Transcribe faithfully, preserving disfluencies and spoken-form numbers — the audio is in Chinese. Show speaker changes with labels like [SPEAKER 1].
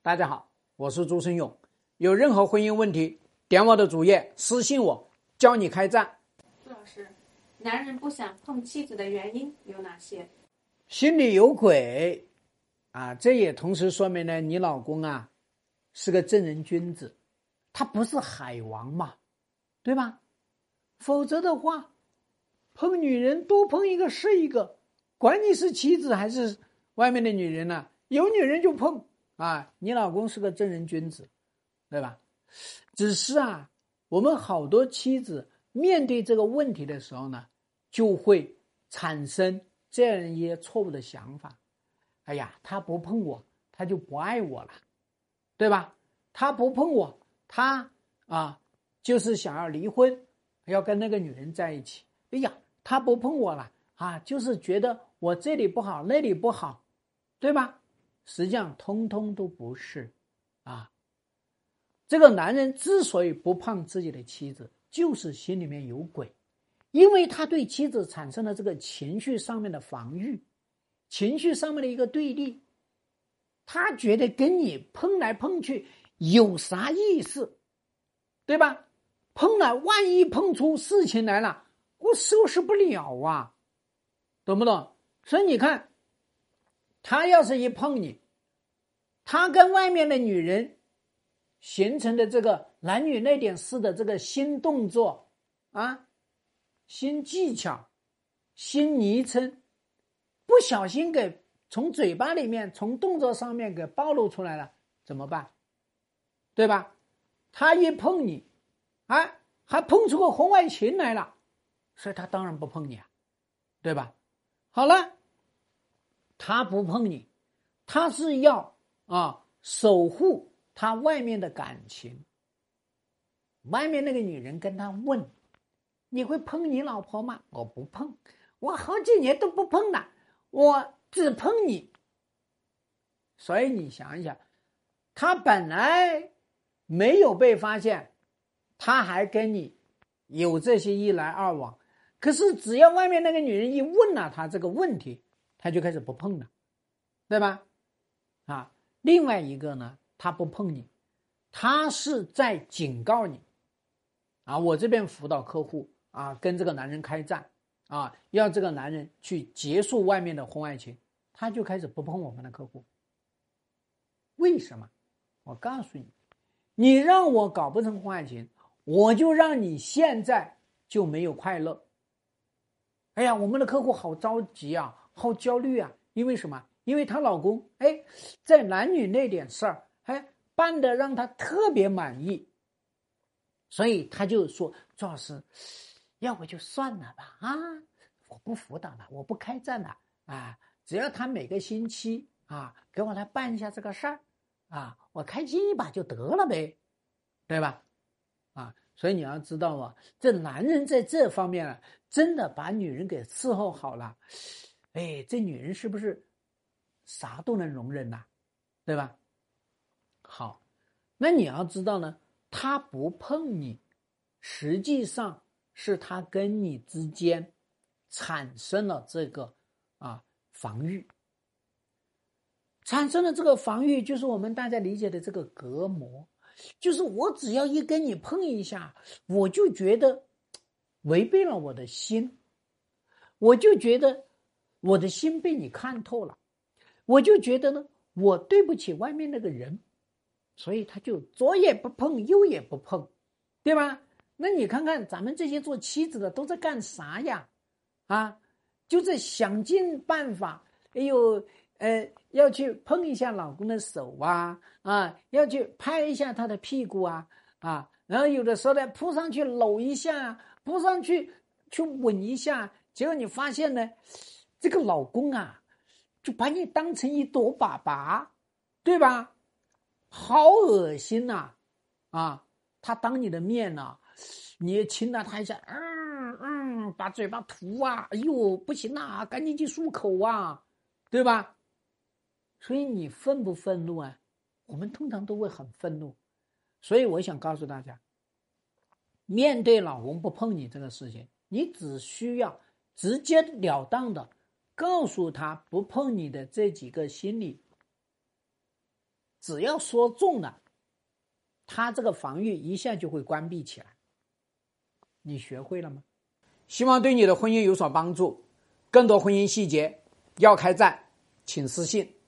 [SPEAKER 1] 大家好，我是朱生勇。有任何婚姻问题，点我的主页私信我，教你开战。
[SPEAKER 2] 朱老师，男人不想碰妻子的原因有哪些？
[SPEAKER 1] 心里有鬼啊，这也同时说明呢，你老公啊是个正人君子，他不是海王嘛，对吧？否则的话，碰女人多碰一个是一个，管你是妻子还是外面的女人呢、啊，有女人就碰啊。你老公是个正人君子，对吧？只是啊，我们好多妻子面对这个问题的时候呢，就会产生这样一些错误的想法。哎呀，他不碰我，他就不爱我了，对吧？他不碰我，他啊就是想要离婚，要跟那个女人在一起。哎呀，他不碰我了啊，就是觉得我这里不好，那里不好，对吧？实际上通通都不是啊。这个男人之所以不碰自己的妻子，就是心里面有鬼，因为他对妻子产生了这个情绪上面的防御，情绪上面的一个对立，他觉得跟你碰来碰去有啥意思，对吧？碰了，万一碰出事情来了，我收拾不了啊，懂不懂？所以你看，他要是一碰你，他跟外面的女人形成的这个男女那点事的这个新动作啊，新技巧，新昵称，不小心给从嘴巴里面从动作上面给暴露出来了，怎么办？对吧？他一碰你啊，还碰出个婚外情来了，所以他当然不碰你啊，对吧？好了，他不碰你，他是要啊守护他外面的感情。外面那个女人跟他问，你会碰你老婆吗？我不碰，我好几年都不碰了，我只碰你。所以你想一想，他本来没有被发现，他还跟你有这些一来二往，可是只要外面那个女人一问了他这个问题，他就开始不碰了，对吧？啊，另外一个呢，他不碰你，他是在警告你啊。我这边辅导客户啊，跟这个男人开战啊，要这个男人去结束外面的婚外情，他就开始不碰我们的客户。为什么？我告诉你，你让我搞不成婚外情，我就让你现在就没有快乐。哎呀，我们的客户好着急啊，好焦虑啊，因为什么？因为她老公哎，在男女那点事儿哎办得让她特别满意，所以她就说，朱老师，要不就算了吧啊，我不辅导了，我不开战了啊，只要他每个星期啊给我来办一下这个事儿啊，我开心一把就得了呗，对吧？啊，所以你要知道啊，这男人在这方面啊，真的把女人给伺候好了，哎，这女人是不是啥都能容忍呐、啊？对吧？好，那你要知道呢，他不碰你，实际上是他跟你之间产生了这个啊防御，产生了这个防御，就是我们大家理解的这个隔膜。就是我只要一跟你碰一下，我就觉得违背了我的心，我就觉得我的心被你看透了，我就觉得呢，我对不起外面那个人，所以他就左也不碰，右也不碰，对吧？那你看看咱们这些做妻子的都在干啥呀？啊，就在想尽办法，哎呦，呃，要去碰一下老公的手啊，啊，要去拍一下他的屁股啊，啊，然后有的时候呢，扑上去搂一下，扑上去去吻一下，结果你发现呢，这个老公啊，就把你当成一朵粑粑，对吧？好恶心呐、啊！啊，他当你的面呢、啊，你也亲了他一下，嗯嗯，把嘴巴涂啊，哎呦，不行啊，赶紧去漱口啊，对吧？所以你愤不愤怒啊？我们通常都会很愤怒，所以我想告诉大家，面对老公不碰你这个事情，你只需要直截了当的告诉他不碰你的这几个心理只要说中了，他这个防御一下就会关闭起来。你学会了吗？希望对你的婚姻有所帮助。更多婚姻细节要开战，请私信。